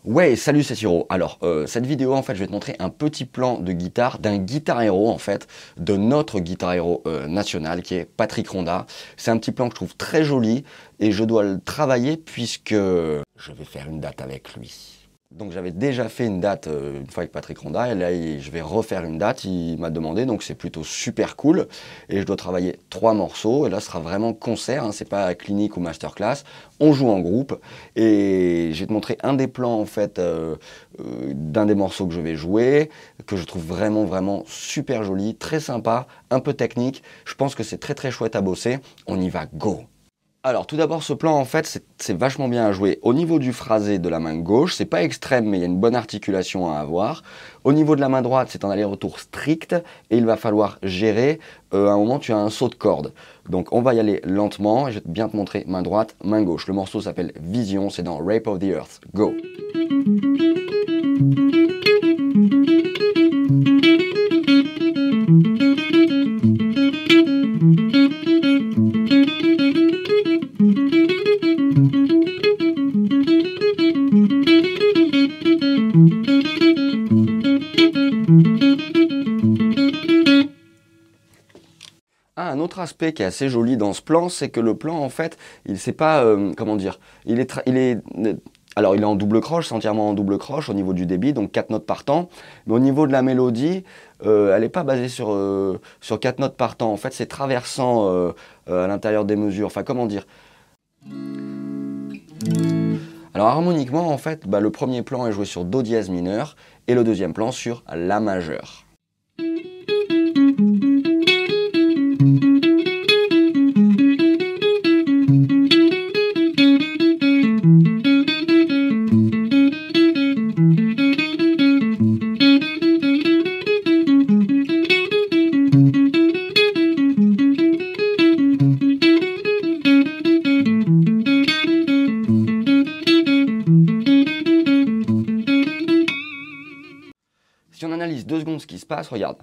Ouais, salut, c'est Siro. Alors, cette vidéo, en fait, je vais te montrer un petit plan de guitare d'un Guitar Hero, en fait, de notre Guitar Hero national, qui est Patrick Ronda. C'est un petit plan que je trouve très joli et je dois le travailler puisque je vais faire une date avec lui. Donc j'avais déjà fait une date une fois avec Patrick Ronda et là je vais refaire une date, il m'a demandé, donc c'est plutôt super cool. Et je dois travailler 3 morceaux et là ce sera vraiment concert, hein, c'est pas clinique ou masterclass, on joue en groupe. Et je vais te montrer un des plans en fait d'un des morceaux que je vais jouer, que je trouve vraiment super joli, très sympa, un peu technique. Je pense que c'est très chouette à bosser, on y va, go! Alors tout d'abord ce plan en fait c'est vachement bien à jouer. Au niveau du phrasé de la main gauche, c'est pas extrême mais il y a une bonne articulation à avoir. Au niveau de la main droite c'est un aller-retour strict et il va falloir gérer, à un moment tu as un saut de corde. Donc on va y aller lentement et je vais bien te montrer main droite, main gauche. Le morceau s'appelle Vision, c'est dans Rape of the Earth. Go! Un autre aspect qui est assez joli dans ce plan, c'est que le plan, en fait, il sait pas, comment dire, alors il est en double croche, c'est entièrement en double croche au niveau du débit, donc 4 notes par temps. Mais au niveau de la mélodie, elle n'est pas basée sur 4 notes par temps. En fait, c'est traversant à l'intérieur des mesures. Enfin, comment dire? Alors harmoniquement, en fait, le premier plan est joué sur Do dièse mineur et le deuxième plan sur La majeur. Si on analyse 2 secondes ce qui se passe, regarde.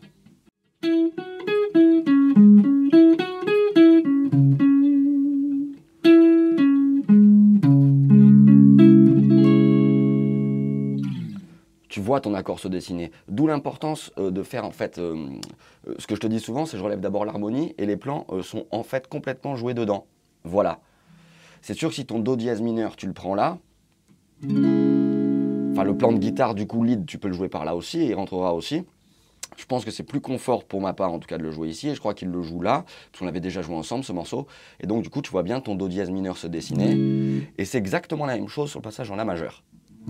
Tu vois ton accord se dessiner. D'où l'importance de faire en fait, ce que je te dis souvent, c'est que je relève d'abord l'harmonie et les plans sont en fait complètement joués dedans. Voilà. C'est sûr que si ton Do dièse mineur, tu le prends là, enfin le plan de guitare du coup lead, tu peux le jouer par là aussi et il rentrera aussi. Je pense que c'est plus confort pour ma part en tout cas de le jouer ici et je crois qu'il le joue là, parce qu'on avait déjà joué ensemble ce morceau. Et donc du coup tu vois bien ton Do dièse mineur se dessiner et c'est exactement la même chose sur le passage en La majeure.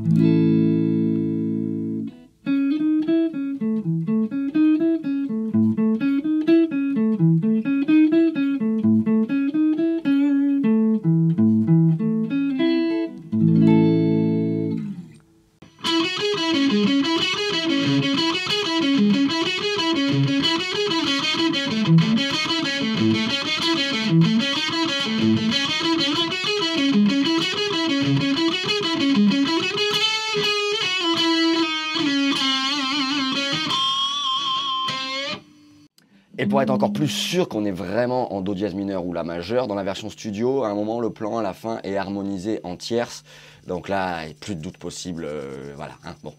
Et pour être encore plus sûr qu'on est vraiment en Do dièse mineur ou La majeure, dans la version studio, à un moment, le plan à la fin est harmonisé en tierce. Donc là, il n'y a plus de doute possible. Voilà, hein, bon.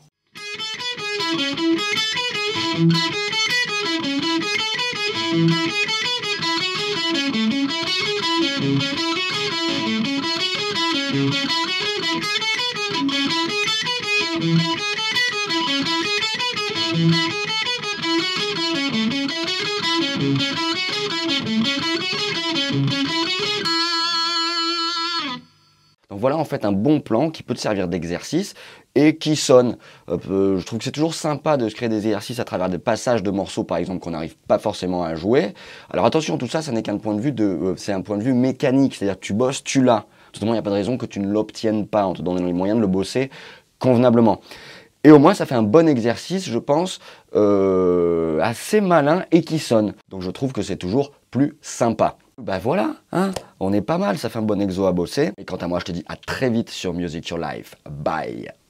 Donc voilà en fait un bon plan qui peut te servir d'exercice et qui sonne. Je trouve que c'est toujours sympa de se créer des exercices à travers des passages de morceaux par exemple qu'on n'arrive pas forcément à jouer. Alors attention, tout ça, ça n'est qu'un point de vue c'est un point de vue mécanique, c'est-à-dire que tu bosses, tu l'as. Tout il n'y a pas de raison que tu ne l'obtiennes pas en te donnant les moyens de le bosser convenablement. Et au moins ça fait un bon exercice, je pense, assez malin et qui sonne. Donc je trouve que c'est toujours plus sympa. Bah voilà, hein, on est pas mal, ça fait un bon exo à bosser. Et quant à moi, je te dis à très vite sur Music Your Life. Bye!